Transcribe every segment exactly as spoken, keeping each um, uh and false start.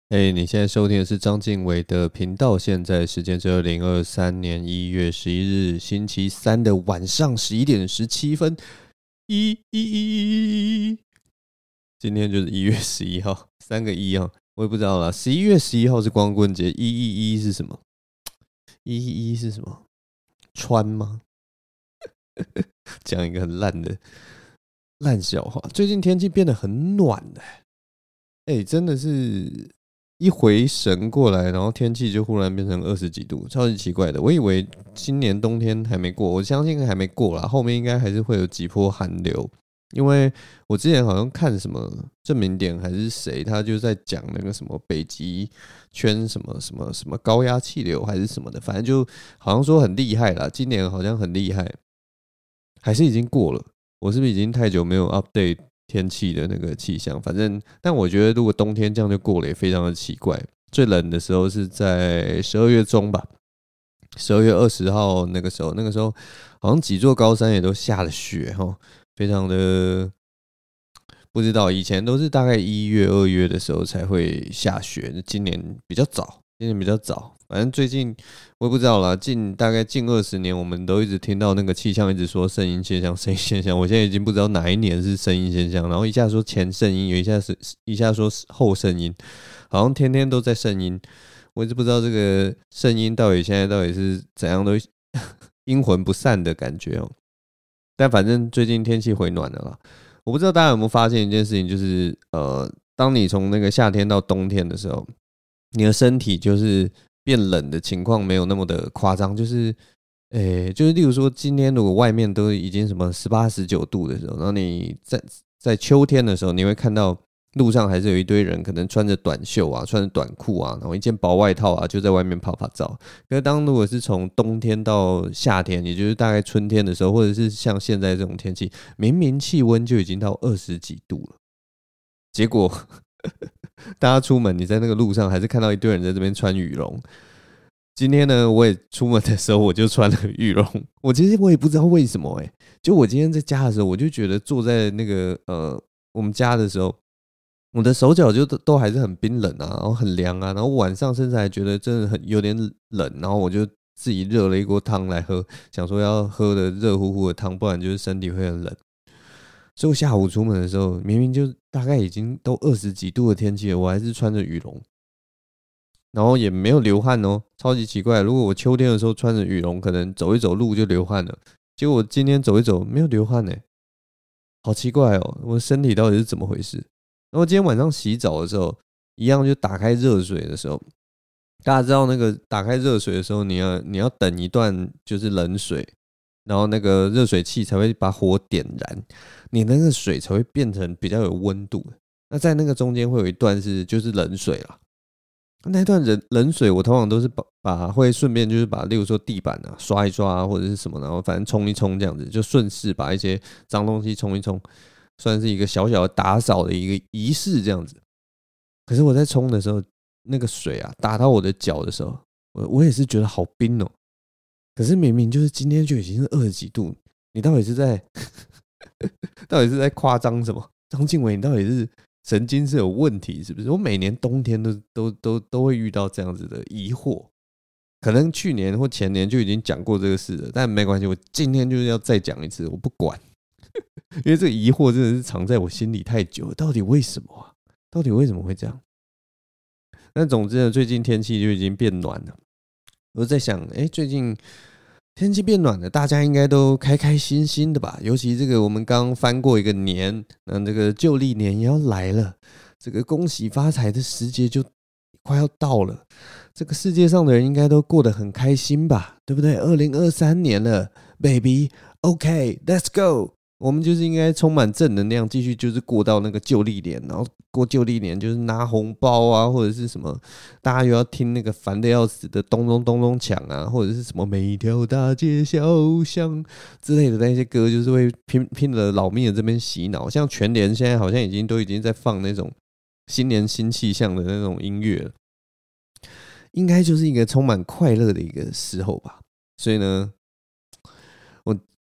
嘿、你现在收听的是张敬伟的频道，现在时间是二零二三年一月十一日星期三的晚上十一点十七分。一一一一，今天就是一月十一号，三个一啊，我也不知道啦。十一月十一号是光棍节，一一一是什么？一一一是什么？穿吗？讲一个很烂的烂笑话。最近天气变得很暖的、欸，哎、欸，真的是。一回神过来，然后天气就忽然变成二十几度，超级奇怪的。我以为今年冬天还没过，我相信还没过啦，后面应该还是会有几波寒流。因为我之前好像看什么郑明典还是谁，他就在讲那个什么北极圈什么什么什么高压气流还是什么的，反正就好像说很厉害啦，今年好像很厉害，还是已经过了？我是不是已经太久没有 update？天气的那个气象，反正，但我觉得如果冬天这样就过了，也非常的奇怪。最冷的时候是在十二月中吧，十二月二十号那个时候，那个时候好像几座高山也都下了雪哈，非常的不知道。以前都是大概一月、二月的时候才会下雪，今年比较早，今年比较早。反正最近我也不知道啦，近大概近二十年，我们都一直听到那个气象一直说圣婴现象，圣婴现象。我现在已经不知道哪一年是圣婴现象，然后一下说前圣婴，有一下是一下说后圣婴，好像天天都在圣婴。我一直不知道这个圣婴到底现在到底是怎样都阴魂不散的感觉哦。但反正最近天气回暖了啦，我不知道大家有没有发现一件事情，就是呃，当你从那个夏天到冬天的时候，你的身体就是变冷的情况没有那么的夸张，就是，诶、欸，就是例如说，今天如果外面都已经什么十八、十九度的时候，然后你在在秋天的时候，你会看到路上还是有一堆人，可能穿着短袖啊，穿着短裤啊，然后一件薄外套啊，就在外面拍拍照。可是当如果是从冬天到夏天，也就是大概春天的时候，或者是像现在这种天气，明明气温就已经到二十几度了，结果。大家出门，你在那个路上还是看到一堆人在这边穿羽绒。今天呢，我也出门的时候我就穿了羽绒。我其实我也不知道为什么哎、欸，就我今天在家的时候，我就觉得坐在那个呃我们家的时候，我的手脚就都都还是很冰冷啊，然后很凉啊，然后晚上甚至还觉得真的很有点冷，然后我就自己热了一锅汤来喝，想说要喝的热乎乎的汤，不然就是身体会很冷。所以我下午出门的时候，明明就大概已经都二十几度的天气了，我还是穿着羽绒，然后也没有流汗哦，超级奇怪。如果我秋天的时候穿着羽绒，可能走一走路就流汗了，结果我今天走一走没有流汗呢，好奇怪哦，我的身体到底是怎么回事？然后今天晚上洗澡的时候，一样就打开热水的时候，大家知道那个打开热水的时候，你要你要等一段就是冷水，然后那个热水器才会把火点燃，你那个水才会变成比较有温度的。那在那个中间会有一段是就是冷水啦，那一段冷冷水我通常都是把把会顺便就是把例如说地板啊刷一刷啊或者是什么，然后反正冲一冲这样子，就顺势把一些脏东西冲一冲，算是一个小小的打扫的一个仪式这样子。可是我在冲的时候，那个水啊打到我的脚的时候，我我也是觉得好冰哦。可是明明就是今天就已经是二十几度，你到底是在到底是在夸张什么？张敬伟，你到底是神经是有问题是不是？我每年冬天都都都都会遇到这样子的疑惑，可能去年或前年就已经讲过这个事了，但没关系，我今天就是要再讲一次，我不管，因为这个疑惑真的是藏在我心里太久了，到底为什么啊？到底为什么会这样？那总之呢，最近天气就已经变暖了。我在想，哎、欸，最近天气变暖了，大家应该都开开心心的吧？尤其这个我们刚翻过一个年，那这个旧历年也要来了，这个恭喜发财的时节就快要到了。这个世界上的人应该都过得很开心吧？对不对？二零二三年了 ，baby，OK，let's go。我们就是应该充满正能量，继续就是过到那个旧历年，然后过旧历年就是拿红包啊，或者是什么，大家又要听那个烦的要死的咚咚咚咚锵啊，或者是什么每一条大街小巷之类的那些歌，就是会拼拼了老命的这边洗脑。像全联现在好像已经都已经在放那种新年新气象的那种音乐了，应该就是一个充满快乐的一个时候吧。所以呢。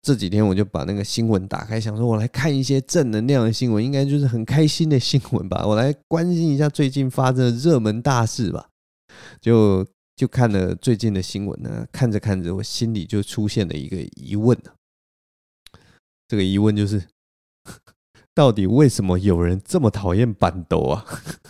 这几天我就把那个新闻打开，想说我来看一些正能量的新闻，应该就是很开心的新闻吧，我来关心一下最近发生的热门大事吧。就就看了最近的新闻呢，看着看着，我心里就出现了一个疑问。这个疑问就是，到底为什么有人这么讨厌板斗啊？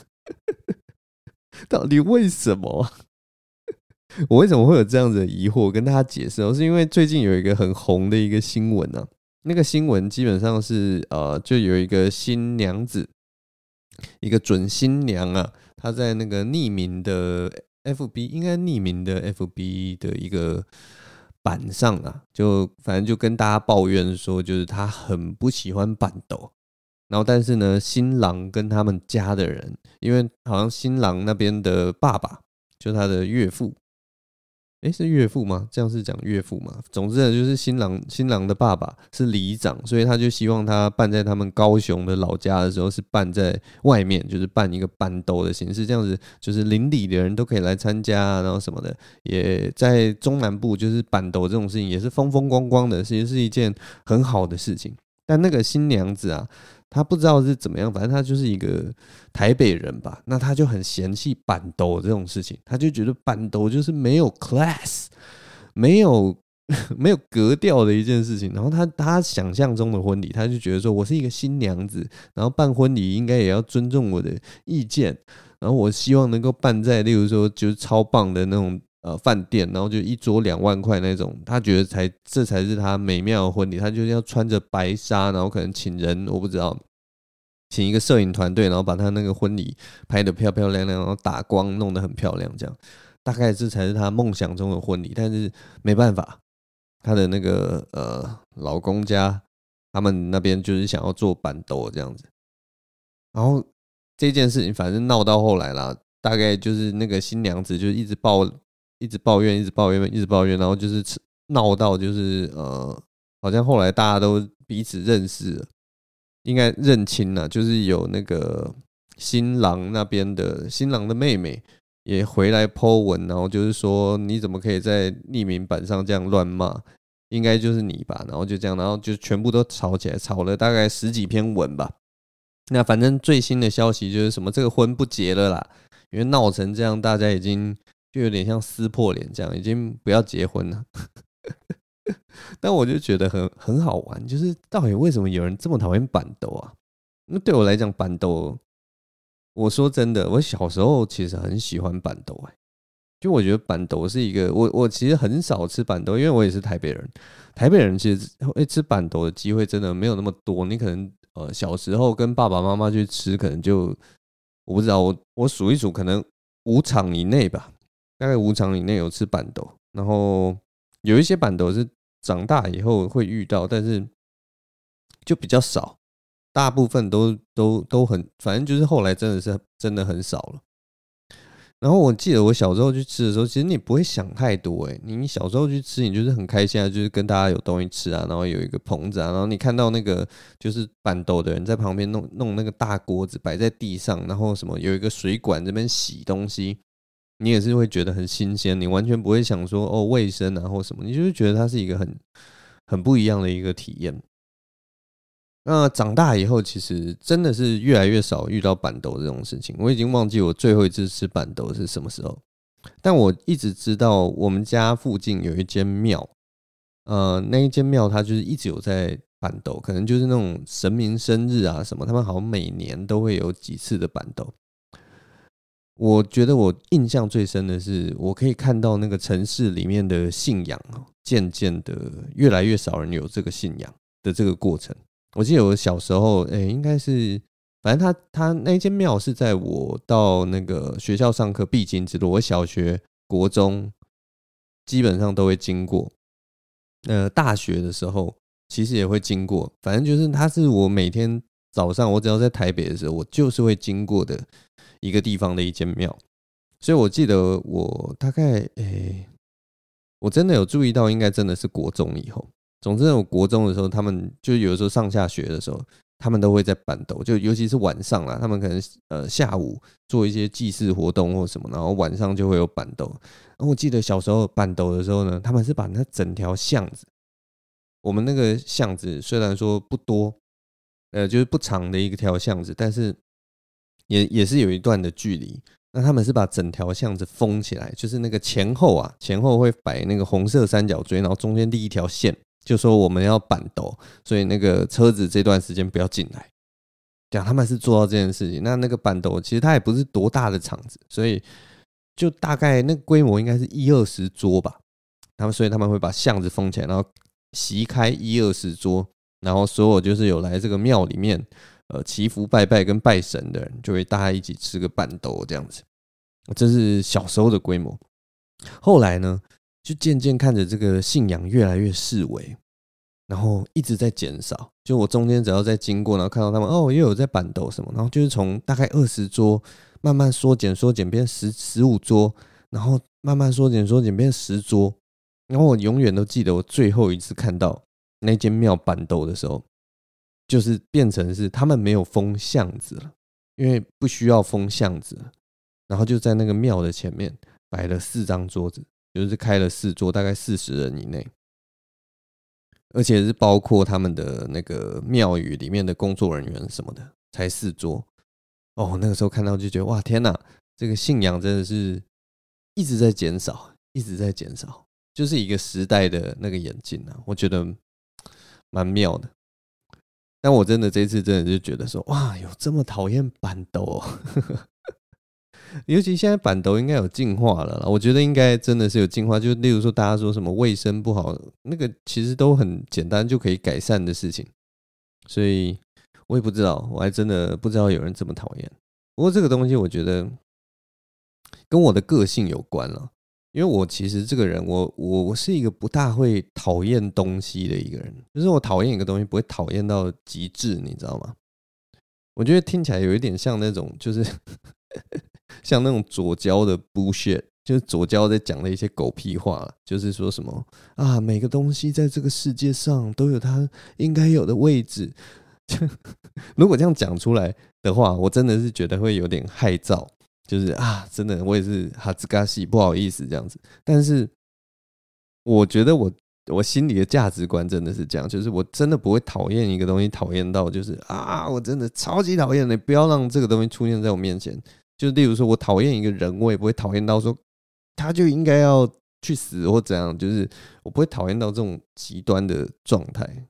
到底为什么？我为什么会有这样子的疑惑？我跟大家解释，是因为最近有一个很红的一个新闻啊，那个新闻基本上是呃，就有一个新娘子，一个准新娘啊，她在那个匿名的 F B， 应该匿名的 F B 的一个板上啊，就反正就跟大家抱怨说，就是她很不喜欢板斗。然后，但是呢，新郎跟他们家的人，因为好像新郎那边的爸爸，就他的岳父，诶，是岳父吗？这样是讲岳父吗？总之呢，就是新郎新郎的爸爸是里长，所以他就希望他办在他们高雄的老家的时候是办在外面，就是办一个板斗的形式，这样子就是邻里的人都可以来参加啊，然后什么的，也在中南部就是板斗这种事情也是风风光光的，其实是一件很好的事情。但那个新娘子啊，她不知道是怎么样，反正她就是一个台北人吧，那她就很嫌弃板斗这种事情，她就觉得板斗就是没有 class， 没有没有格调的一件事情。然后她她想象中的婚礼，她就觉得说我是一个新娘子，然后办婚礼应该也要尊重我的意见，然后我希望能够办在例如说就是超棒的那种呃饭店，然后就一桌两万块那种，他觉得才这才是他美妙的婚礼。他就是要穿着白纱，然后可能请人我不知道，请一个摄影团队，然后把他那个婚礼拍得漂漂亮亮，然后打光弄得很漂亮，这样大概这才是他梦想中的婚礼。但是没办法，他的那个呃老公家他们那边就是想要做板斗这样子，然后这件事情反正闹到后来啦，大概就是那个新娘子就一直抱一直抱怨，一直抱怨，一直抱怨，然后就是闹到就是呃，好像后来大家都彼此认识了，应该认亲了，就是有那个新郎那边的新郎的妹妹也回来 po 文，然后就是说你怎么可以在匿名板上这样乱骂？应该就是你吧，然后就这样，然后就全部都吵起来，吵了大概十几篇文吧。那反正最新的消息就是什么这个婚不结了啦，因为闹成这样，大家已经就有点像撕破脸这样，已经不要结婚了。但我就觉得很很好玩，就是到底为什么有人这么讨厌板斗啊？那对我来讲，板斗，我说真的，我小时候其实很喜欢板斗哎、欸，就我觉得板斗是一个，我我其实很少吃板斗，因为我也是台北人，台北人其实会吃板斗的机会真的没有那么多，你可能呃小时候跟爸爸妈妈去吃，可能就我不知道，我我数一数，可能五场以内吧，大概五场以内有吃板斗，然后有一些板斗是长大以后会遇到，但是就比较少，大部分都都都很，反正就是后来真的是真的很少了。然后我记得我小时候去吃的时候，其实你不会想太多哎、欸，你小时候去吃，你就是很开心啊，就是跟大家有东西吃啊，然后有一个棚子啊，然后你看到那个就是板斗的人在旁边弄弄那个大锅子摆在地上，然后什么有一个水管这边洗东西，你也是会觉得很新鲜，你完全不会想说哦卫生啊或什么，你就是觉得它是一个很很不一样的一个体验。那长大以后，其实真的是越来越少遇到板斗这种事情。我已经忘记我最后一次吃板斗是什么时候，但我一直知道我们家附近有一间庙，呃，那一间庙它就是一直有在板斗，可能就是那种神明生日啊什么，他们好像每年都会有几次的板斗。我觉得我印象最深的是，我可以看到那个城市里面的信仰渐渐的越来越少人有这个信仰的这个过程。我记得我小时候，诶、欸，应该是，反正他他那间庙是在我到那个学校上课必经之路，我小学、国中基本上都会经过。呃，大学的时候其实也会经过，反正就是它是我每天早上我只要在台北的时候，我就是会经过的一个地方的一间庙。所以我记得我大概，诶、欸，我真的有注意到，应该真的是国中以后。总之，我国中的时候，他们就有的时候上下学的时候，他们都会在板斗，就尤其是晚上啦，他们可能呃下午做一些祭祀活动或什么，然后晚上就会有板斗。然后我记得小时候板斗的时候呢，他们是把那整条巷子我们那个巷子虽然说不多，呃，就是不长的一条巷子，但是也也是有一段的距离。那他们是把整条巷子封起来，就是那个前后啊，前后会摆那个红色三角锥，然后中间立一条线，就说我们要板斗，所以那个车子这段时间不要进来。讲他们是做到这件事情。那那个板斗其实它也不是多大的场子，所以就大概那个规模应该是一二十桌吧。他们所以他们会把巷子封起来，然后席开一二十桌，然后所有就是有来这个庙里面呃祈福拜拜跟拜神的人，就会大家一起吃个板斗这样子。这是小时候的规模。后来呢，就渐渐看着这个信仰越来越式微，然后一直在减少。就我中间只要在经过，然后看到他们哦又有在板斗什么，然后就是从大概二十桌慢慢缩减缩减变十十五桌，然后慢慢缩减缩减变十桌。然后我永远都记得我最后一次看到那间庙板斗的时候，就是变成是他们没有封巷子了，因为不需要封巷子了。然后就在那个庙的前面摆了四张桌子，就是开了四桌，大概四十人以内，而且是包括他们的那个庙宇里面的工作人员什么的，才四桌。哦，那个时候看到就觉得哇天哪，这个信仰真的是一直在减少，一直在减少，就是一个时代的那个演进啊，我觉得蛮妙的。但我真的这次真的就觉得说，哇，有这么讨厌板斗哦。尤其现在板斗应该有进化了啦，我觉得应该真的是有进化。就例如说大家说什么卫生不好，那个其实都很简单就可以改善的事情。所以我也不知道，我还真的不知道有人这么讨厌。不过这个东西我觉得跟我的个性有关了，因为我其实这个人，我我我是一个不大会讨厌东西的一个人，就是我讨厌一个东西不会讨厌到极致，你知道吗？我觉得听起来有一点像那种就是像那种左交的 bullshit， 就是左交在讲的一些狗屁话，就是说什么啊，每个东西在这个世界上都有它应该有的位置。如果这样讲出来的话，我真的是觉得会有点害臊，就是啊，真的我也是哈兹嘎西，不好意思这样子。但是我觉得我我心里的价值观真的是这样，就是我真的不会讨厌一个东西，讨厌到就是啊，我真的超级讨厌的，不要让这个东西出现在我面前。就例如说我讨厌一个人，我也不会讨厌到说他就应该要去死或怎样，就是我不会讨厌到这种极端的状态。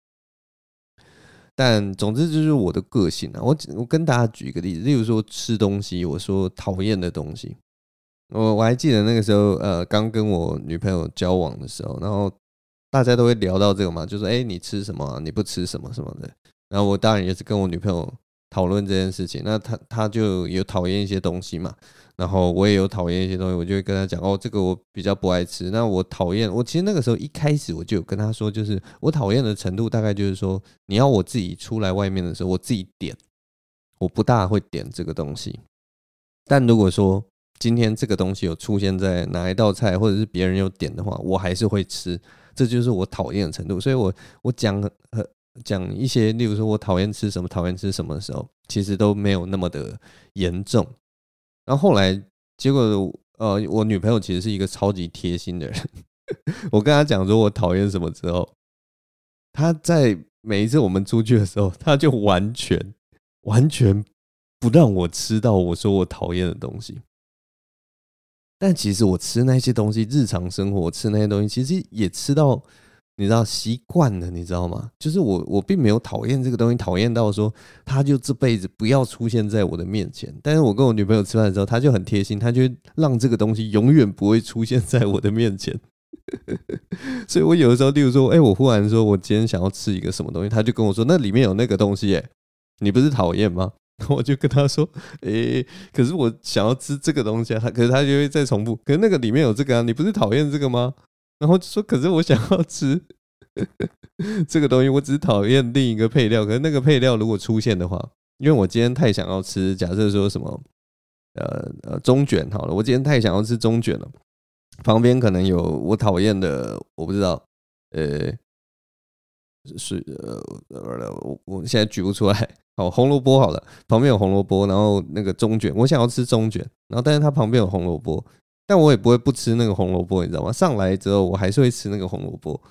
但总之就是我的个性啊，我我跟大家举一个例子，例如说吃东西，我说讨厌的东西，我我还记得那个时候，呃，刚跟我女朋友交往的时候，然后大家都会聊到这个嘛，就说哎、欸，你吃什么、啊？你不吃什么什么的。然后我当然也是跟我女朋友讨论这件事情，那她她就有讨厌一些东西嘛，然后我也有讨厌一些东西，我就会跟她讲哦，这个我比较不爱吃。那我讨厌，我其实那个时候一开始我就有跟她说，就是我讨厌的程度大概就是说，你要我自己出来外面的时候，我自己点，我不大会点这个东西。但如果说今天这个东西有出现在哪一道菜，或者是别人有点的话，我还是会吃，这就是我讨厌的程度。所以我我讲呃讲一些，例如说我讨厌吃什么，讨厌吃什么的时候，其实都没有那么的严重。然后后来结果呃，我女朋友其实是一个超级贴心的人，我跟她讲说我讨厌什么之后，她在每一次我们出去的时候，她就完全完全不让我吃到我说我讨厌的东西。但其实我吃那些东西，日常生活我吃那些东西，其实也吃到，你知道习惯了，你知道吗？就是我我并没有讨厌这个东西，讨厌到说他就这辈子不要出现在我的面前。但是我跟我女朋友吃饭的时候，她就很贴心，她就让这个东西永远不会出现在我的面前。所以我有的时候，例如说，哎、欸，我忽然说我今天想要吃一个什么东西，她就跟我说那里面有那个东西，哎，你不是讨厌吗？我就跟他说，诶、欸，可是我想要吃这个东西啊，他可是他就会再重复，可是那个里面有这个啊，你不是讨厌这个吗？然后就说，可是我想要吃这个东西，我只是讨厌另一个配料，可是那个配料如果出现的话，因为我今天太想要吃，假设说什么，呃呃中卷好了，我今天太想要吃中卷了，旁边可能有我讨厌的，我不知道，呃。是呃我我现在举不出来。好，红萝卜好了，旁边有红萝卜，然后那个中卷，我想要吃中卷，然后但是它旁边有红萝卜，但我也不会不吃那个红萝卜，你知道吗？上来之后我还是会吃那个红萝卜，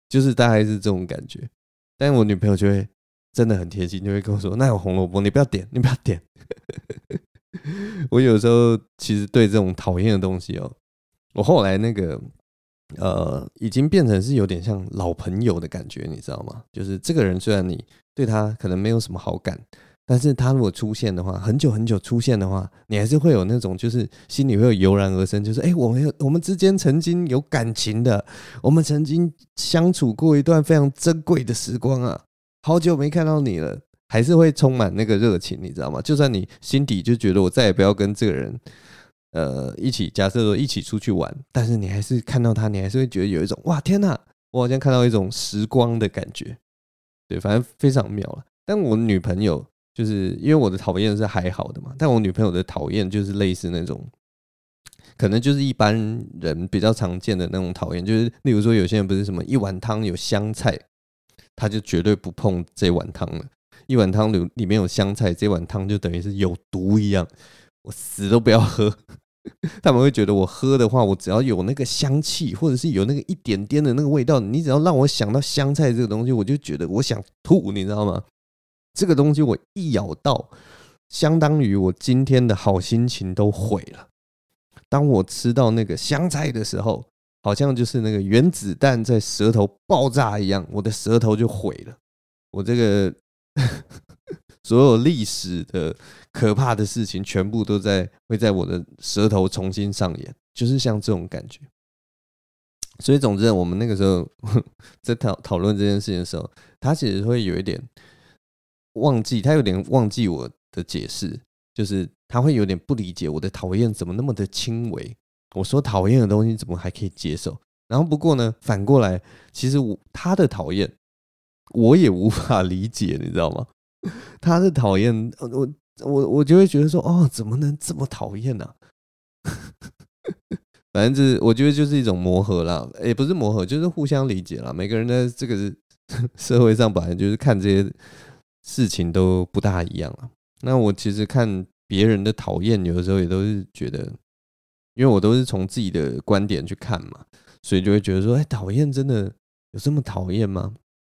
就是大概是这种感觉。但我女朋友就会真的很贴心，就会跟我说：“那有红萝卜，你不要点，你不要点。”我有时候其实对这种讨厌的东西哦，我后来那个呃，已经变成是有点像老朋友的感觉，你知道吗？就是这个人虽然你对他可能没有什么好感，但是他如果出现的话，很久很久出现的话，你还是会有那种就是心里会有油然而生，就是哎、欸，我们有我们之间曾经有感情的，我们曾经相处过一段非常珍贵的时光啊，好久没看到你了，还是会充满那个热情，你知道吗？就算你心底就觉得我再也不要跟这个人。呃，一起假设说一起出去玩，但是你还是看到他，你还是会觉得有一种哇天哪，我好像看到一种时光的感觉，对，反正非常妙了。但我女朋友就是因为我的讨厌是还好的嘛，但我女朋友的讨厌就是类似那种，可能就是一般人比较常见的那种讨厌，就是例如说有些人不是什么一碗汤有香菜，他就绝对不碰这碗汤了。一碗汤里面有香菜，这碗汤就等于是有毒一样，我死都不要喝。他们会觉得我喝的话，我只要有那个香气，或者是有那个一点点的那个味道，你只要让我想到香菜这个东西，我就觉得我想吐，你知道吗？这个东西我一咬到，相当于我今天的好心情都毁了。当我吃到那个香菜的时候，好像就是那个原子弹在舌头爆炸一样，我的舌头就毁了。我这个所有历史的可怕的事情，全部都在会在我的舌头重新上演，就是像这种感觉。所以总之，我们那个时候在讨讨论这件事情的时候，他其实会有一点忘记，他有点忘记我的解释，就是他会有点不理解我的讨厌怎么那么的轻微，我说讨厌的东西怎么还可以接受？然后不过呢，反过来，其实我他的讨厌我也无法理解，你知道吗？他的讨厌，我我我就会觉得说，哦，怎么能这么讨厌呢？反正就是我觉得就是一种磨合啦，也不是磨合，就是互相理解啦。每个人在这个社会上本来就是看这些事情都不大一样啦。那我其实看别人的讨厌，有的时候也都是觉得，因为我都是从自己的观点去看嘛，所以就会觉得说，哎，讨厌真的有这么讨厌吗？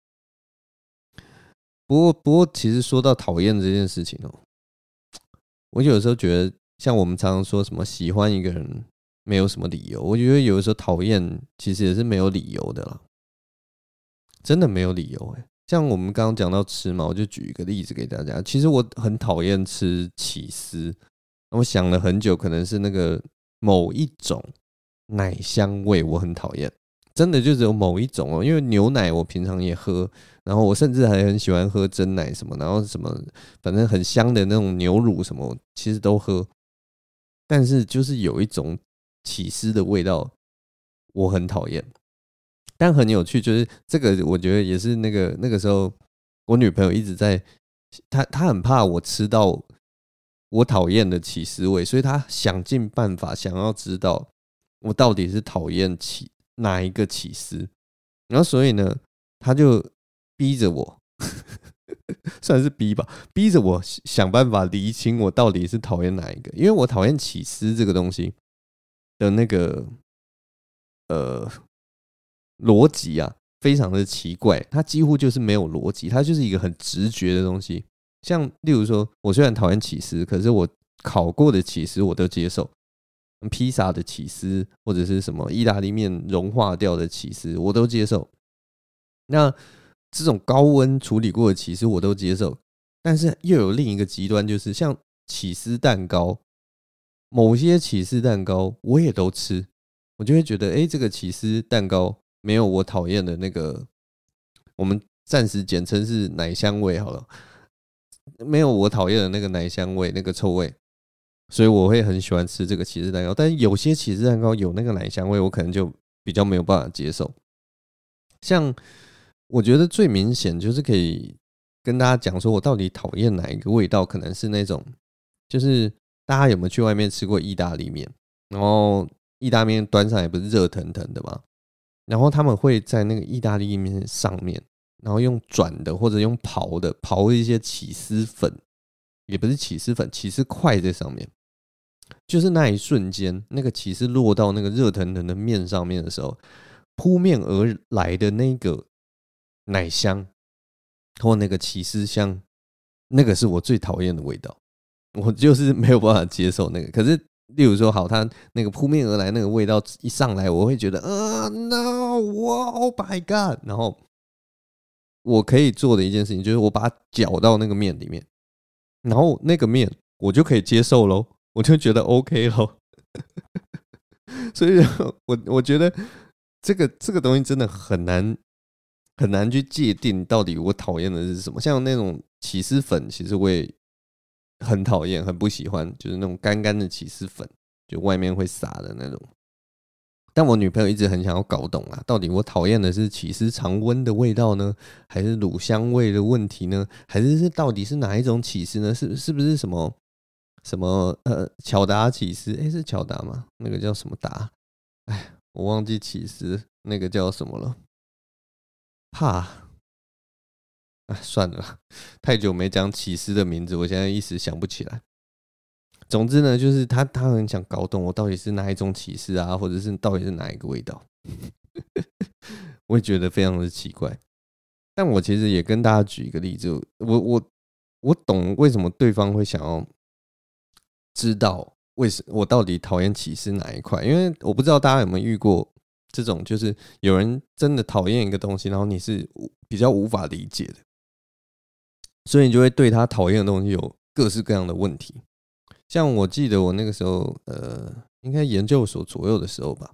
不过，不过，其实说到讨厌这件事情哦，我有时候觉得，像我们常常说什么喜欢一个人没有什么理由，我觉得有的时候讨厌其实也是没有理由的啦，真的没有理由哎。像我们刚刚讲到吃嘛，我就举一个例子给大家。其实我很讨厌吃起司，我想了很久，可能是那个某一种奶香味，我很讨厌。真的就只有某一种哦，因为牛奶我平常也喝，然后我甚至还很喜欢喝真奶什么，然后什么反正很香的那种牛乳什么，其实都喝。但是就是有一种起司的味道，我很讨厌。但很有趣，就是这个我觉得也是那个那个时候，我女朋友一直在，她她很怕我吃到我讨厌的起司味，所以她想尽办法想要知道我到底是讨厌起哪一个起司，然后所以呢，他就逼着我，算是逼吧，逼着我想办法厘清我到底是讨厌哪一个，因为我讨厌起司这个东西的那个呃逻辑啊，非常的奇怪，它几乎就是没有逻辑，它就是一个很直觉的东西。像例如说，我虽然讨厌起司，可是我烤过的起司我都接受。披萨的起司或者是什么意大利面融化掉的起司我都接受，那这种高温处理过的起司我都接受，但是又有另一个极端，就是像起司蛋糕，某些起司蛋糕我也都吃，我就会觉得，哎、欸，这个起司蛋糕没有我讨厌的那个，我们暂时简称是奶香味好了，没有我讨厌的那个奶香味，那个臭味。所以我会很喜欢吃这个起司蛋糕，但是有些起司蛋糕有那个奶香味，我可能就比较没有办法接受。像我觉得最明显就是可以跟大家讲说，我到底讨厌哪一个味道，可能是那种，就是大家有没有去外面吃过意大利面？然后意大利面端上来不是热腾腾的吗？然后他们会在那个意大利面上面，然后用转的或者用刨的刨一些起司粉，也不是起司粉，起司块在上面。就是那一瞬间，那个起司落到那个热腾腾的面上面的时候， 扑面而来的那个奶香或那个起司香，那个是我最讨厌的味道，我就是没有办法接受那个。可是例如说好，它那个扑面而来那个味道一上来，我会觉得啊 no 哇 oh my god， 然后我可以做的一件事情就是我把它搅到那个面里面，然后那个面我就可以接受咯，我就觉得 OK 咯。所以我我觉得这个这个东西真的很难很难去界定到底我讨厌的是什么。像那种起司粉，其实我也很讨厌，很不喜欢，就是那种干干的起司粉，就外面会撒的那种。但我女朋友一直很想要搞懂啊，到底我讨厌的是起司常温的味道呢，还是乳香味的问题呢？还是是到底是哪一种起司呢？是是不是什么什么呃巧达起司？哎，是巧达吗？那个叫什么达？哎，我忘记起司那个叫什么了。怕，哎，算了，太久没讲起司的名字，我现在一时想不起来。总之呢，就是他他很想搞懂我到底是哪一种起司啊，或者是到底是哪一个味道，我也觉得非常的奇怪。但我其实也跟大家举一个例子，我我我懂为什么对方会想要知道为什我到底讨厌起司哪一块，因为我不知道大家有没有遇过这种，就是有人真的讨厌一个东西，然后你是比较无法理解的，所以你就会对他讨厌的东西有各式各样的问题。像我记得我那个时候，呃，应该研究所左右的时候吧，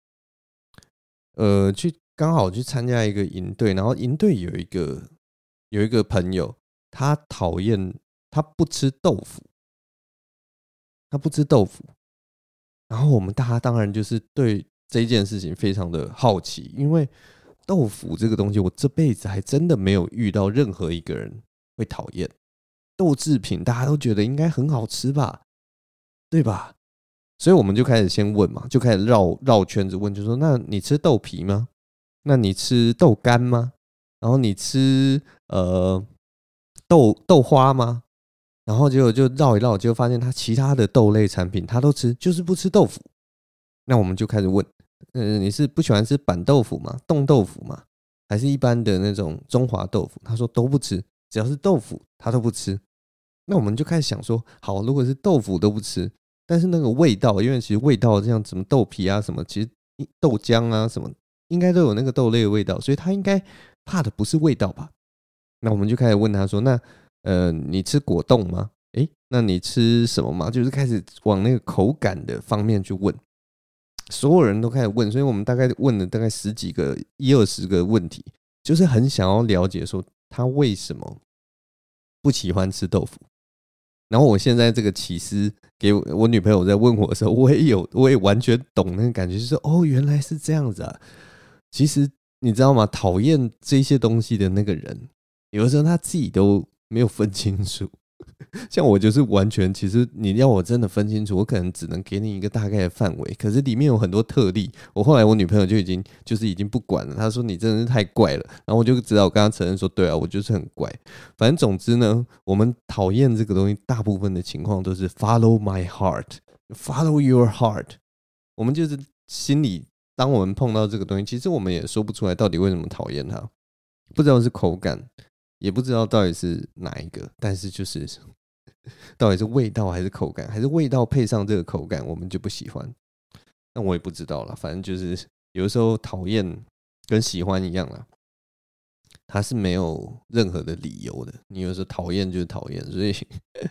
呃，去刚好去参加一个营队，然后营队有一个有一个朋友，他讨厌他不吃豆腐，他不吃豆腐，然后我们大家当然就是对这件事情非常的好奇，因为豆腐这个东西，我这辈子还真的没有遇到任何一个人会讨厌。豆制品大家都觉得应该很好吃吧，对吧？所以我们就开始先问嘛，就开始绕绕圈子问，就说那你吃豆皮吗？那你吃豆干吗？然后你吃呃豆豆花吗？然后结果就绕一绕，就发现他其他的豆类产品他都吃，就是不吃豆腐。那我们就开始问，呃，你是不喜欢吃板豆腐吗？冻豆腐吗？还是一般的那种中华豆腐？他说都不吃，只要是豆腐他都不吃。那我们就开始想说，好，如果是豆腐都不吃，但是那个味道，因为其实味道像什么豆皮啊什么，其实豆浆啊什么，应该都有那个豆类的味道，所以他应该怕的不是味道吧？那我们就开始问他说，那呃，你吃果冻吗？诶，那你吃什么吗？就是开始往那个口感的方面去问，所有人都开始问，所以我们大概问了大概十几个、一二十个问题，就是很想要了解说他为什么不喜欢吃豆腐。然后我现在这个起司给我女朋友在问我的时候，我也有，我也完全懂那个感觉，就是哦，原来是这样子啊。其实你知道吗？讨厌这些东西的那个人，有的时候他自己都没有分清楚。像我就是完全，其实你要我真的分清楚，我可能只能给你一个大概的范围，可是里面有很多特例。我后来我女朋友就已经就是已经不管了，她说你真的是太怪了，然后我就只好跟她承认说，对啊，我就是很怪。反正总之呢，我们讨厌这个东西，大部分的情况都是 follow my heart，follow your heart。我们就是心里，当我们碰到这个东西，其实我们也说不出来到底为什么讨厌它，不知道是口感。也不知道到底是哪一个，但是就是到底是味道还是口感，还是味道配上这个口感，我们就不喜欢。那我也不知道了，反正就是有的时候讨厌跟喜欢一样啦，它是没有任何的理由的。你有时候讨厌就是讨厌，所以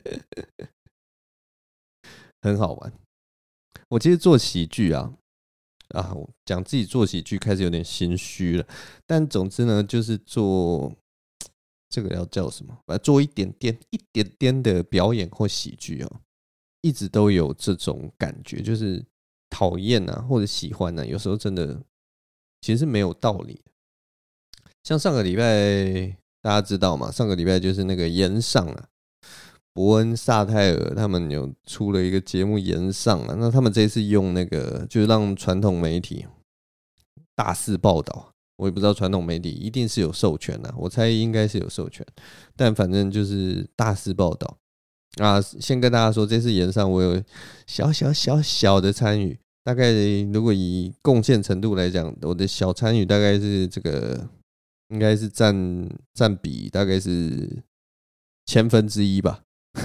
很好玩。我其实做喜剧啊，啊，讲自己做喜剧开始有点心虚了，但总之呢，就是做。这个要叫什么？做一点点、一点点的表演或喜剧哦，一直都有这种感觉，就是讨厌啊或者喜欢啊，有时候真的其实是没有道理。像上个礼拜大家知道嘛？上个礼拜就是那个延上啊，伯恩萨泰尔他们有出了一个节目延上啊，那他们这次用那个就是让传统媒体大肆报道。我也不知道传统媒体一定是有授权的，我猜应该是有授权，但反正就是大肆报道啊。先跟大家说，这次延上我有小小小小的参与， 大概如果以贡献程度来讲，我的小参与大概是这个，应该是占占比大概是千分之一吧。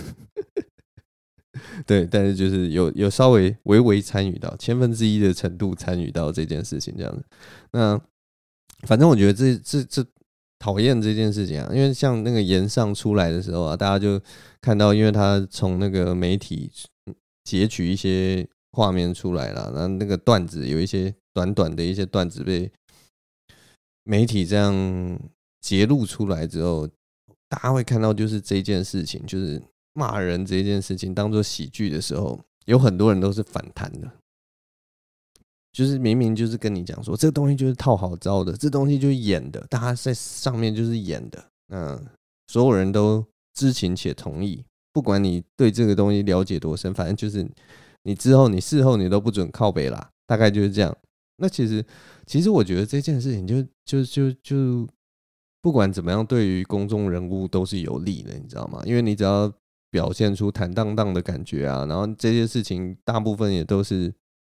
对，但是就是有有稍微微微参与到千分之一的程度参与到这件事情这样子。那反正我觉得这这这讨厌这件事情啊，因为像那个延上出来的时候啊，大家就看到，因为他从那个媒体截取一些画面出来了，然后那个段子有一些短短的一些段子被媒体这样揭露出来之后，大家会看到就是这件事情，就是骂人这件事情当做喜剧的时候，有很多人都是反弹的。就是明明就是跟你讲说，这个东西就是套好招的，这东西就是演的，大家在上面就是演的，那所有人都知情且同意，不管你对这个东西了解多深，反正就是你之后你事后你都不准靠北啦，大概就是这样。那其实其实我觉得这件事情就就就就不管怎么样，对于公众人物都是有利的，你知道吗？因为你只要表现出坦荡荡的感觉啊，然后这些事情大部分也都是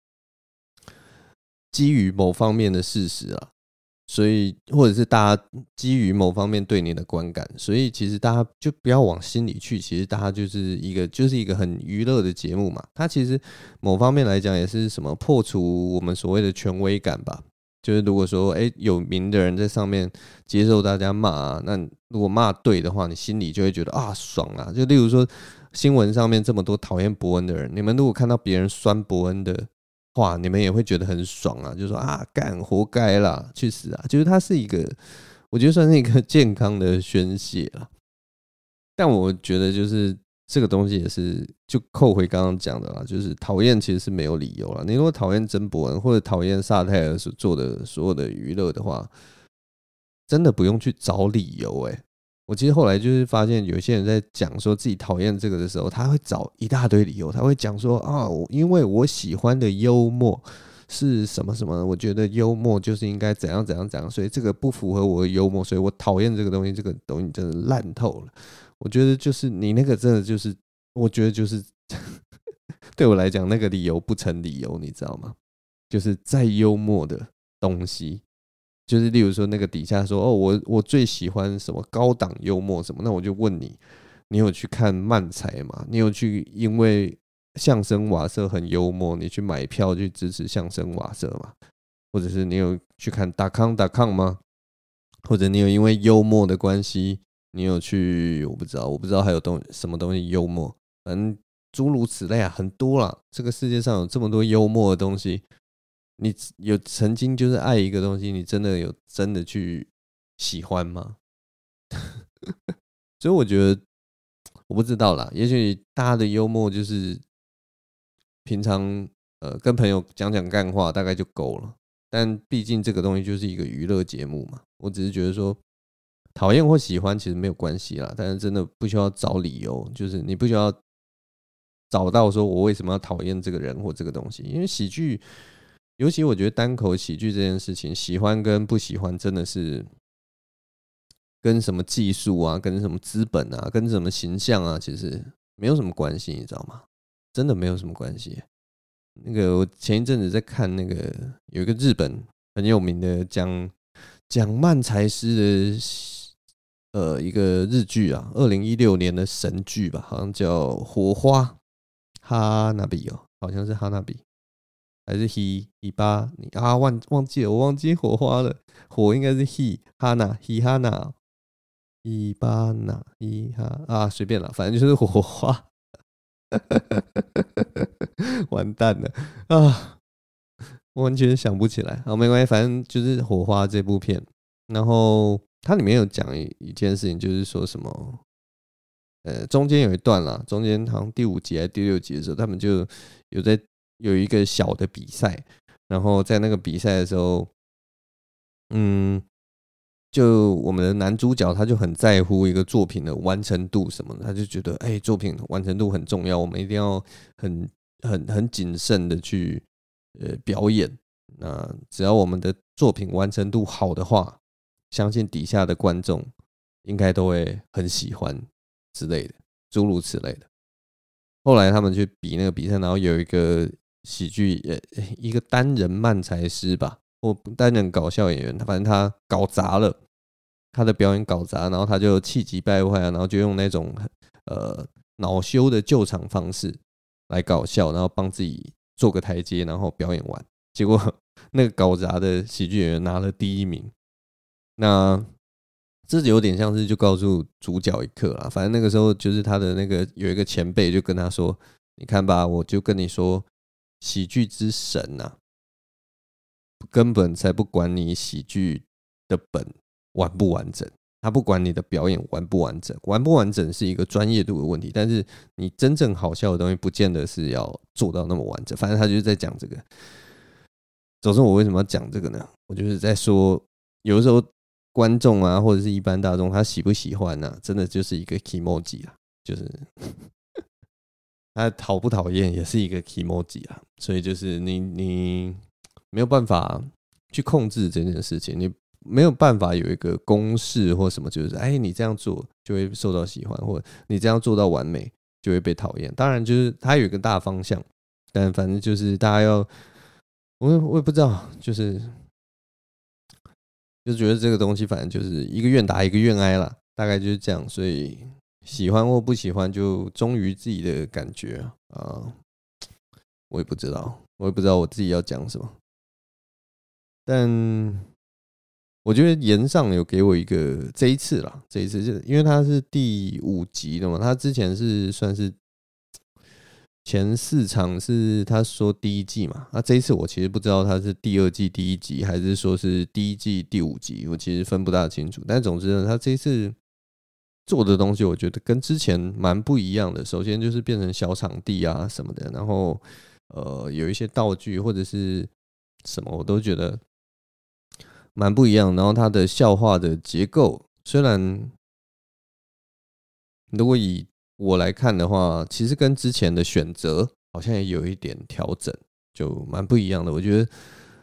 基于某方面的事实啊，所以或者是大家基于某方面对你的观感，所以其实大家就不要往心里去。其实大家就是一个就是一个很娱乐的节目嘛。它其实某方面来讲也是什么破除我们所谓的权威感吧。就是如果说哎、欸、有名的人在上面接受大家骂啊，那如果骂对的话，你心里就会觉得啊爽啊。就例如说新闻上面这么多讨厌伯恩的人，你们如果看到别人酸伯恩的话，你们也会觉得很爽啊，就说啊，干活该啦，去死啊！就是它是一个，我觉得算是一个健康的宣泄啦。但我觉得就是这个东西也是，就扣回刚刚讲的啦，就是讨厌其实是没有理由啦。你如果讨厌曾伯恩或者讨厌萨泰尔所做的所有的娱乐的话，真的不用去找理由哎、欸。我其实后来就是发现，有些人在讲说自己讨厌这个的时候，他会找一大堆理由，他会讲说啊，因为我喜欢的幽默是什么什么，我觉得幽默就是应该怎样怎样怎样，所以这个不符合我的幽默，所以我讨厌这个东西，这个东西真的烂透了。我觉得就是你那个真的就是，我觉得就是对我来讲，那个理由不成理由，你知道吗？就是再幽默的东西。就是例如说那个底下说哦，我我最喜欢什么高档幽默什么，那我就问你，你有去看漫才吗？你有去因为相声瓦舍很幽默，你去买票去支持相声瓦舍吗？或者是你有去看达康达康吗？或者你有因为幽默的关系，你有去我不知道，我不知道还有东什么东西幽默，反正诸如此类啊，很多啦。这个世界上有这么多幽默的东西。你有曾经就是爱一个东西，你真的有真的去喜欢吗？所以我觉得我不知道啦，也许大家的幽默就是平常呃跟朋友讲讲干话大概就够了，但毕竟这个东西就是一个娱乐节目嘛。我只是觉得说讨厌或喜欢其实没有关系啦，但是真的不需要找理由，就是你不需要找到说我为什么要讨厌这个人或这个东西，因为喜剧。尤其我觉得单口喜剧这件事情，喜欢跟不喜欢真的是跟什么技术啊、跟什么资本啊、跟什么形象啊，其实没有什么关系，你知道吗？真的没有什么关系。那个我前一阵子在看那个有一个日本很有名的讲讲漫才师的呃一个日剧啊，二零一六年的神剧吧，好像叫《火花》哈纳比哦，好像是哈纳比。还是 he he 巴你啊忘忘记了，我忘记火花了。火应该是 he 哈娜 he 哈娜 he 巴娜 he 哈啊随便了，反正就是火花。完蛋了啊！完全想不起来。好，没关系，反正就是火花这部片。然后它里面有讲一件事情，就是说什么，呃，中间有一段啦，中间好像第五集还是第六集的时候，他们就有在。有一个小的比赛，然后在那个比赛的时候，嗯，就我们的男主角他就很在乎一个作品的完成度什么的，他就觉得哎、欸，作品完成度很重要，我们一定要很很很谨慎的去呃表演。那只要我们的作品完成度好的话，相信底下的观众应该都会很喜欢之类的，诸如此类的。后来他们去比那个比赛，然后有一个喜剧呃一个单人漫才师吧，或单人搞笑演员，反正他搞砸了，他的表演搞砸，然后他就气急败坏啊，然后就用那种呃恼羞的救场方式来搞笑，然后帮自己做个台阶，然后表演完，结果那个搞砸的喜剧演员拿了第一名。那这有点像是就告诉主角一课啦，反正那个时候就是他的那个有一个前辈就跟他说，你看吧，我就跟你说，喜剧之神啊，根本才不管你喜剧的本完不完整，他不管你的表演完不完整，完不完整是一个专业度的问题，但是你真正好笑的东西不见得是要做到那么完整。反正他就是在讲这个。总之我为什么要讲这个呢？我就是在说，有的时候观众啊，或者是一般大众，他喜不喜欢啊，真的就是一个 kimoji 啦，就是他讨不讨厌也是一个 kimoji 啦。所以就是你你没有办法去控制这件事情，你没有办法有一个公式或什么，就是哎你这样做就会受到喜欢，或者你这样做到完美就会被讨厌。当然就是它有一个大方向，但反正就是大家要，我我也不知道，就是就觉得这个东西反正就是一个愿打一个愿挨啦，大概就是这样。所以喜欢或不喜欢就忠于自己的感觉啊、呃，我也不知道，我也不知道我自己要讲什么。但我觉得岩上有给我一个这一次啦，这一次就因为他是第五集的嘛，他之前是算是前四场是他说第一季嘛，那这一次我其实不知道他是第二季第一集还是说是第一季第五集，我其实分不大清楚。但总之呢，他这一次做的东西，我觉得跟之前蛮不一样的。首先就是变成小场地啊什么的，然后呃有一些道具或者是什么，我都觉得蛮不一样。然后他的笑话的结构，虽然如果以我来看的话，其实跟之前的选择好像也有一点调整，就蛮不一样的。我觉得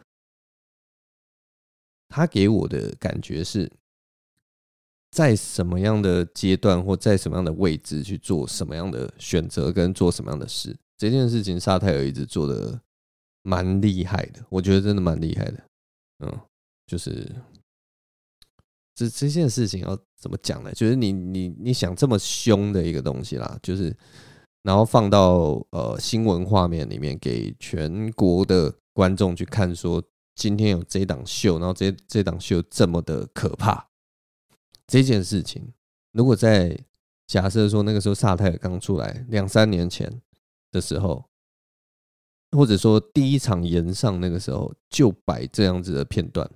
他给我的感觉是，在什么样的阶段或在什么样的位置去做什么样的选择跟做什么样的事，这件事情沙泰尔一直做的蛮厉害的，我觉得真的蛮厉害的。嗯，就是这这件事情要怎么讲呢？就是你你你想这么凶的一个东西啦，就是然后放到呃新闻画面里面给全国的观众去看，说今天有这档秀，然后这这档秀这么的可怕，这件事情，如果在假设说那个时候萨泰尔刚出来两三年前的时候，或者说第一场演上那个时候就摆这样子的片段。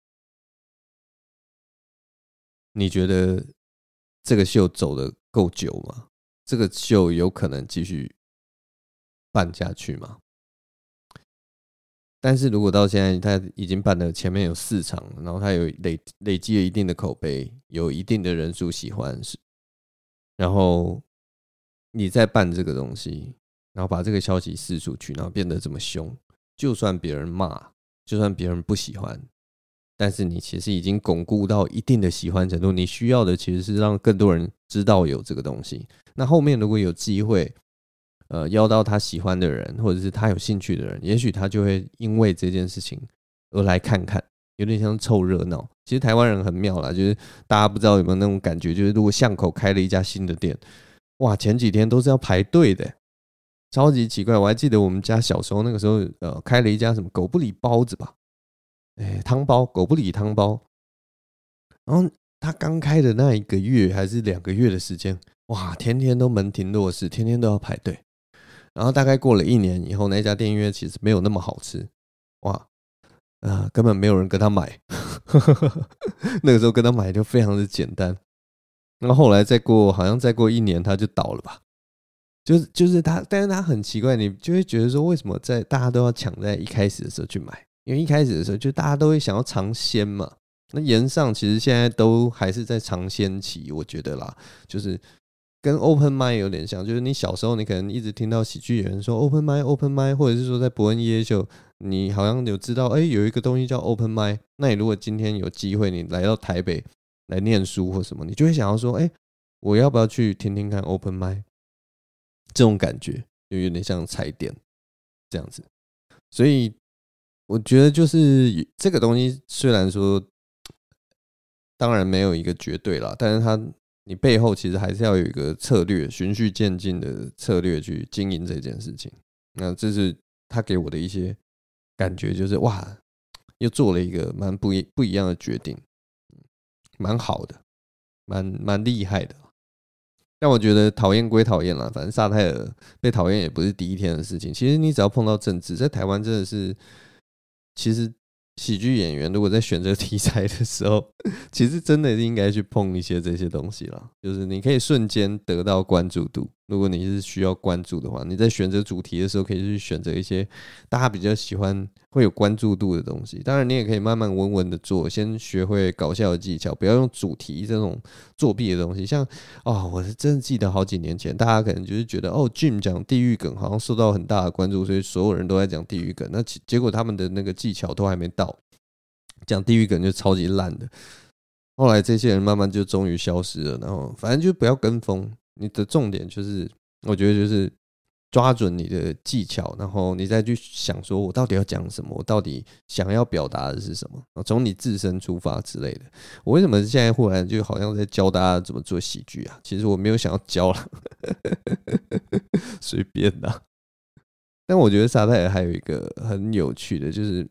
你觉得这个秀走得够久吗？这个秀有可能继续办下去吗？但是如果到现在他已经办了前面有四场，然后他有 累, 累积了一定的口碑，有一定的人数喜欢，然后你再办这个东西，然后把这个消息释出去，然后变得这么凶，就算别人骂，就算别人不喜欢，但是你其实已经巩固到一定的喜欢程度，你需要的其实是让更多人知道有这个东西。那后面如果有机会，呃，邀到他喜欢的人，或者是他有兴趣的人，也许他就会因为这件事情而来看看，有点像凑热闹。其实台湾人很妙啦，就是大家不知道有没有那种感觉，就是如果巷口开了一家新的店，哇，前几天都是要排队的，超级奇怪。我还记得我们家小时候那个时候，呃，开了一家什么狗不理包子吧。哎，汤包狗不理汤包，然后他刚开的那一个月还是两个月的时间，哇，天天都门庭若市，天天都要排队。然后大概过了一年以后，那家店因为其实没有那么好吃，哇，呃，根本没有人跟他买。那个时候跟他买就非常的简单。然后后来再过，好像再过一年他就倒了吧。就是就是他，但是他很奇怪，你就会觉得说，为什么在大家都要抢在一开始的时候去买？因为一开始的时候，就大家都会想要尝鲜嘛。那岩上其实现在都还是在尝鲜期，我觉得啦，就是跟 open mic 有点像，就是你小时候你可能一直听到喜剧演员说 open mic open mic， 或者是说在伯恩夜秀，你好像有知道，哎、欸，有一个东西叫 open mic。那你如果今天有机会，你来到台北来念书或什么，你就会想要说，哎、欸，我要不要去听听看 open mic？ 这种感觉就有点像踩点这样子。 所以我觉得就是这个东西，虽然说当然没有一个绝对啦，但是它你背后其实还是要有一个策略，循序渐进的策略去经营这件事情。那这是他给我的一些感觉，就是哇，又做了一个蛮不一不一样的决定，蛮好的，蛮蛮厉害的。但我觉得讨厌归讨厌啦，反正萨泰尔被讨厌也不是第一天的事情。其实你只要碰到政治，在台湾真的是，其实喜剧演员如果在选择题材的时候，其实真的应该去碰一些这些东西啦。就是你可以瞬间得到关注度，如果你是需要关注的话，你在选择主题的时候，可以去选择一些大家比较喜欢、会有关注度的东西。当然，你也可以慢慢稳稳的做，先学会搞笑的技巧，不要用主题这种作弊的东西。像哦，我是真的记得好几年前，大家可能就是觉得哦 ，Jim 讲地狱梗好像受到很大的关注，所以所有人都在讲地狱梗。那结果他们的那个技巧都还没到，讲地狱梗就超级烂的。后来这些人慢慢就终于消失了，然后反正就不要跟风。你的重点就是，我觉得就是抓准你的技巧，然后你再去想说，我到底要讲什么，我到底想要表达的是什么，从你自身出发之类的。我为什么现在忽然就好像在教大家怎么做喜剧啊？其实我没有想要教啦，随便啦。但我觉得沙泰尔还有一个很有趣的，就是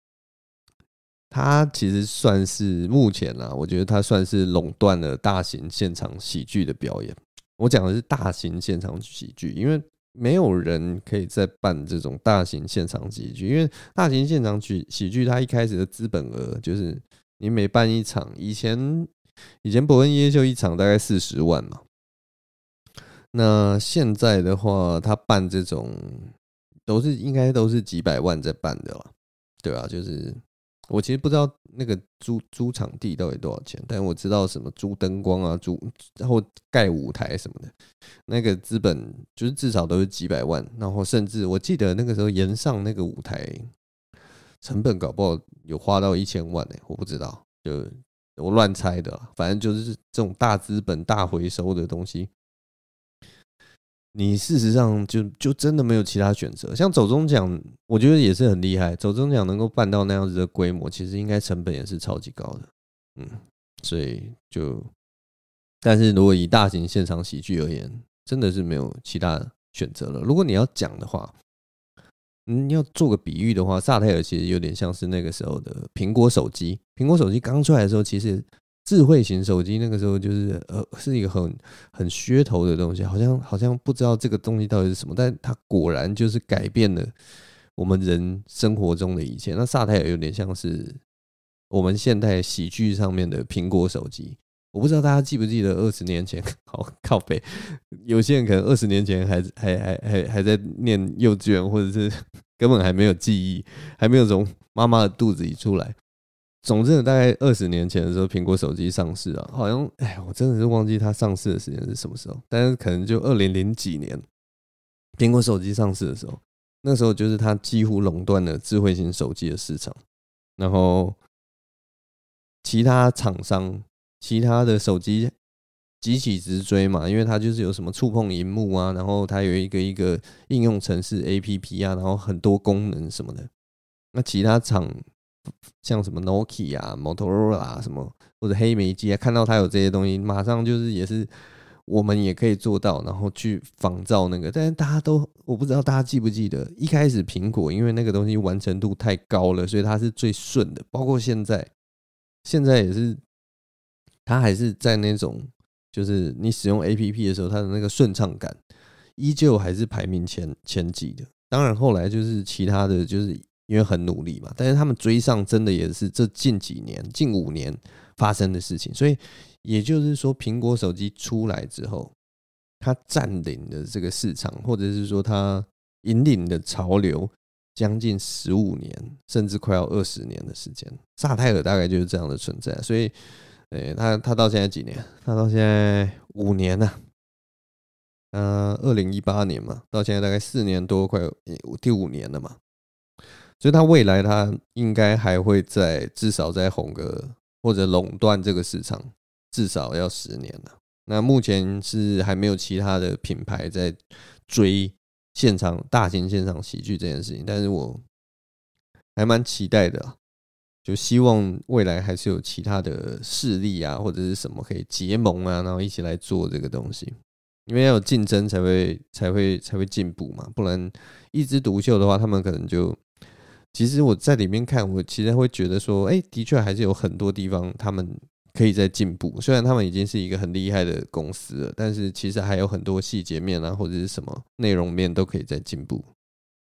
他其实算是目前啦，我觉得他算是垄断了大型现场喜剧的表演。我讲的是大型现场喜剧，因为没有人可以再办这种大型现场喜剧，因为大型现场喜剧它一开始的资本额就是你每办一场，以前以前伯恩夜秀一场大概四十万嘛，那现在的话，他办这种都是应该都是几百万在办的啦，对啊，就是我其实不知道那个租租场地到底多少钱，但我知道什么租灯光啊，租然后盖舞台什么的，那个资本就是至少都是几百万，然后甚至我记得那个时候延上那个舞台成本搞不好有花到一千万呢、欸，我不知道，就我乱猜的啦，反正就是这种大资本大回收的东西。你事实上就就真的没有其他选择，像走中奖，我觉得也是很厉害。走中奖能够办到那样子的规模，其实应该成本也是超级高的，嗯，所以就，但是如果以大型现场喜剧而言，真的是没有其他选择了。如果你要讲的话，你要做个比喻的话，萨泰尔其实有点像是那个时候的苹果手机。苹果手机刚出来的时候，其实智慧型手机那个时候就是呃是一个很很噱头的东西，好像好像不知道这个东西到底是什么，但它果然就是改变了我们人生活中的一切。那萨泰尔有点像是我们现代喜剧上面的苹果手机。我不知道大家记不记得二十年前，好靠北，有些人可能二十年前还还还还还在念幼稚园，或者是根本还没有记忆，还没有从妈妈的肚子里出来。总之，大概二十年前的时候，苹果手机上市啊，好像哎，我真的是忘记它上市的时间是什么时候，但是可能就二零零几年，苹果手机上市的时候，那时候就是它几乎垄断了智慧型手机的市场，然后其他厂商、其他的手机急起直追嘛，因为它就是有什么触碰萤幕啊，然后它有一个一个应用程式 A P P 啊，然后很多功能什么的，那其他厂。像什么 Nokia 啊、Motorola 啊什么，或者黑莓机啊，看到它有这些东西，马上就是也是我们也可以做到，然后去仿造那个。但是大家都，我不知道大家记不记得，一开始苹果因为那个东西完成度太高了，所以它是最顺的。包括现在，现在也是，它还是在那种，就是你使用 A P P 的时候，它的那个顺畅感，依旧还是排名前前几的。当然后来就是其他的就是。因为很努力嘛，但是他们追上真的也是这近几年、近五年发生的事情，所以也就是说，苹果手机出来之后，它占领的这个市场，或者是说它引领的潮流，将近十五年，甚至快要二十年的时间。萨泰尔大概就是这样的存在，所以，欸、他他到现在几年？他到现在五年了、啊。呃，二零一八年嘛，到现在大概四年多，快第五年了嘛。所以他未来他应该还会在至少再红个或者垄断这个市场，至少要十年了。那目前是还没有其他的品牌在追现场大型现场喜剧这件事情，但是我还蛮期待的、啊，就希望未来还是有其他的势力啊，或者是什么可以结盟啊，然后一起来做这个东西。因为要有竞争才会才会才会进步嘛，不然一枝独秀的话，他们可能就其实我在里面看，我其实会觉得说，哎、欸，的确还是有很多地方他们可以再进步。虽然他们已经是一个很厉害的公司了，但是其实还有很多细节面啊，或者是什么内容面都可以再进步。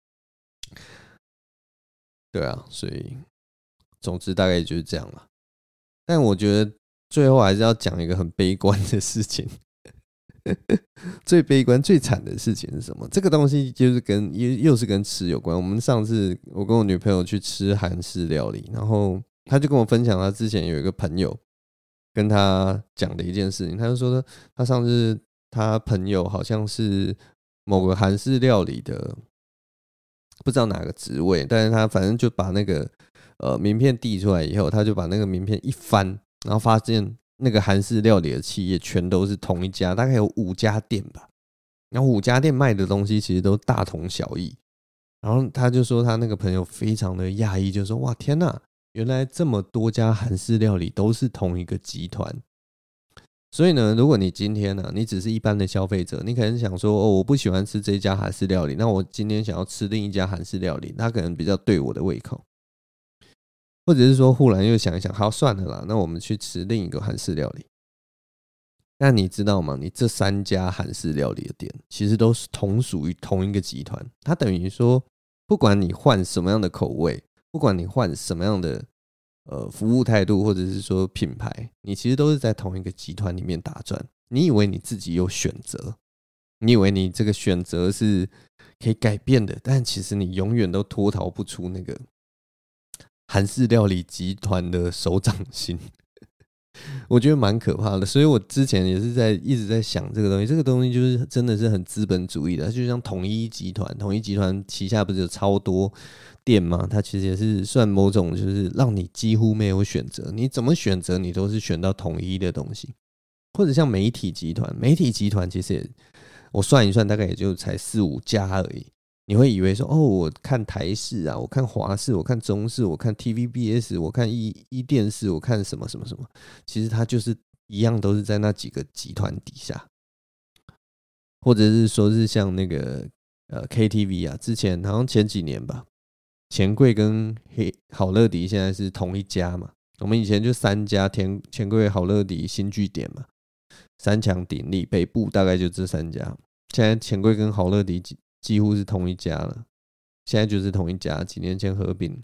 对啊，所以总之大概就是这样了。但我觉得最后还是要讲一个很悲观的事情。最悲观、最惨的事情是什么？这个东西就是跟又又是跟吃有关。我们上次我跟我女朋友去吃韩式料理，然后她就跟我分享，她之前有一个朋友跟她讲的一件事情。她就说，她上次她朋友好像是某个韩式料理的，不知道哪个职位，但是他反正就把那个呃名片递出来以后，他就把那个名片一翻，然后发现那个韩式料理的企业全都是同一家，大概有五家店吧。然后五家店卖的东西其实都大同小异。然后他就说他那个朋友非常的讶异，就说哇天哪，原来这么多家韩式料理都是同一个集团。所以呢，如果你今天呢、啊，你只是一般的消费者，你可能想说，哦，我不喜欢吃这一家韩式料理，那我今天想要吃另一家韩式料理，它可能比较对我的胃口，或者是说，忽然又想一想，好算了啦，那我们去吃另一个韩式料理。那你知道吗？你这三家韩式料理的店，其实都是同属于同一个集团，它等于说，不管你换什么样的口味，不管你换什么样的呃，服务态度或者是说品牌，你其实都是在同一个集团里面打转。你以为你自己有选择，你以为你这个选择是可以改变的，但其实你永远都脱逃不出那个韩式料理集团的手掌心。我觉得蛮可怕的，所以我之前也是在一直在想这个东西。这个东西就是真的是很资本主义的，就像统一集团，统一集团旗下不是有超多店吗？它其实也是算某种，就是让你几乎没有选择，你怎么选择你都是选到统一的东西。或者像媒体集团，媒体集团其实也我算一算，大概也就才四五家而已。你会以为说，哦，我看台视啊，我看华视，我看中视，我看 T V B S， 我看 E 一电视，我看什么什么什么，其实它就是一样，都是在那几个集团底下，或者是说是像那个呃 K T V 啊，之前好像前几年吧，钱柜跟黑好乐迪现在是同一家嘛，我们以前就三家，钱钱柜、好乐迪、新据点嘛，三强鼎立，北部大概就这三家，现在钱柜跟好乐迪几乎是同一家了，现在就是同一家，几年前合并。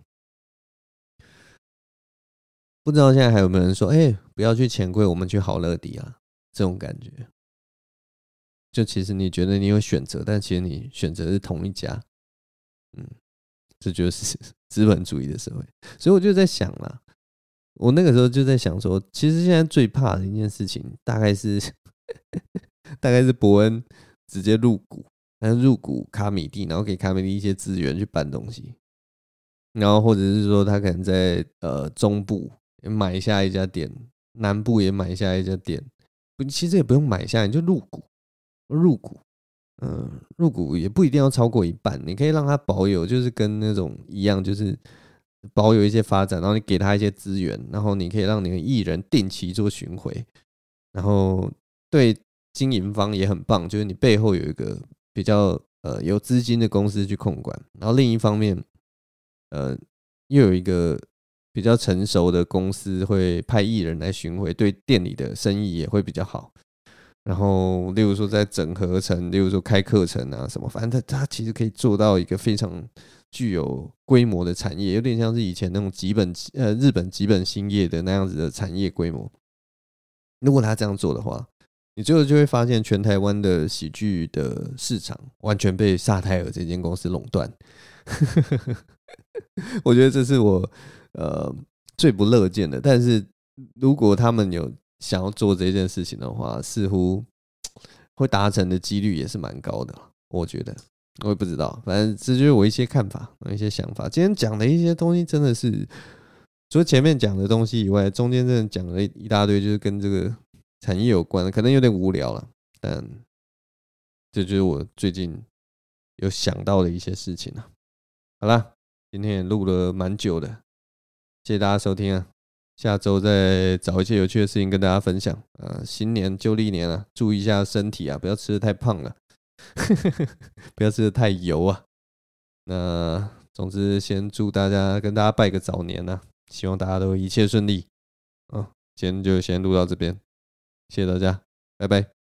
不知道现在还有没有人说，哎、欸，不要去钱柜，我们去好乐迪啊，这种感觉。就其实你觉得你有选择，但其实你选择是同一家，嗯，这就是资本主义的社会。所以我就在想啦，我那个时候就在想说，其实现在最怕的一件事情，大概是大概是伯恩直接入股。但入股卡米蒂，然后给卡米蒂一些资源去办东西，然后或者是说他可能在呃中部也买下一家店，南部也买下一家店，其实也不用买下，你就入股，入股，嗯、呃，入股也不一定要超过一半，你可以让他保有，就是跟那种一样，就是保有一些发展，然后你给他一些资源，然后你可以让你的艺人定期做巡回，然后对经营方也很棒，就是你背后有一个比较呃有资金的公司去控管，然后另一方面，呃，又有一个比较成熟的公司会派艺人来巡回，对店里的生意也会比较好。然后，例如说在整合成，例如说开课程啊什么，反正它它其实可以做到一个非常具有规模的产业，有点像是以前那种吉本呃日本吉本兴业的那样子的产业规模。如果他这样做的话，你最后就会发现，全台湾的喜剧的市场完全被萨泰尔这间公司垄断。我觉得这是我呃最不乐见的。但是如果他们有想要做这件事情的话，似乎会达成的几率也是蛮高的。我觉得，我也不知道，反正这就是我一些看法，一些想法。今天讲的一些东西真的是，除了前面讲的东西以外，中间真的讲了一大堆，就是跟这个产业有关的，可能有点无聊了，但这就是我最近有想到的一些事情了。好啦， 今天也录了蛮久的，谢谢大家收听啊！下周再找一些有趣的事情跟大家分享啊！新年旧历年啊，注意一下身体啊，不要吃的太胖了，不要吃的太油啊。那总之，先祝大家跟大家拜个早年啊，希望大家都一切顺利啊！今天就先录到这边，谢谢大家，拜拜。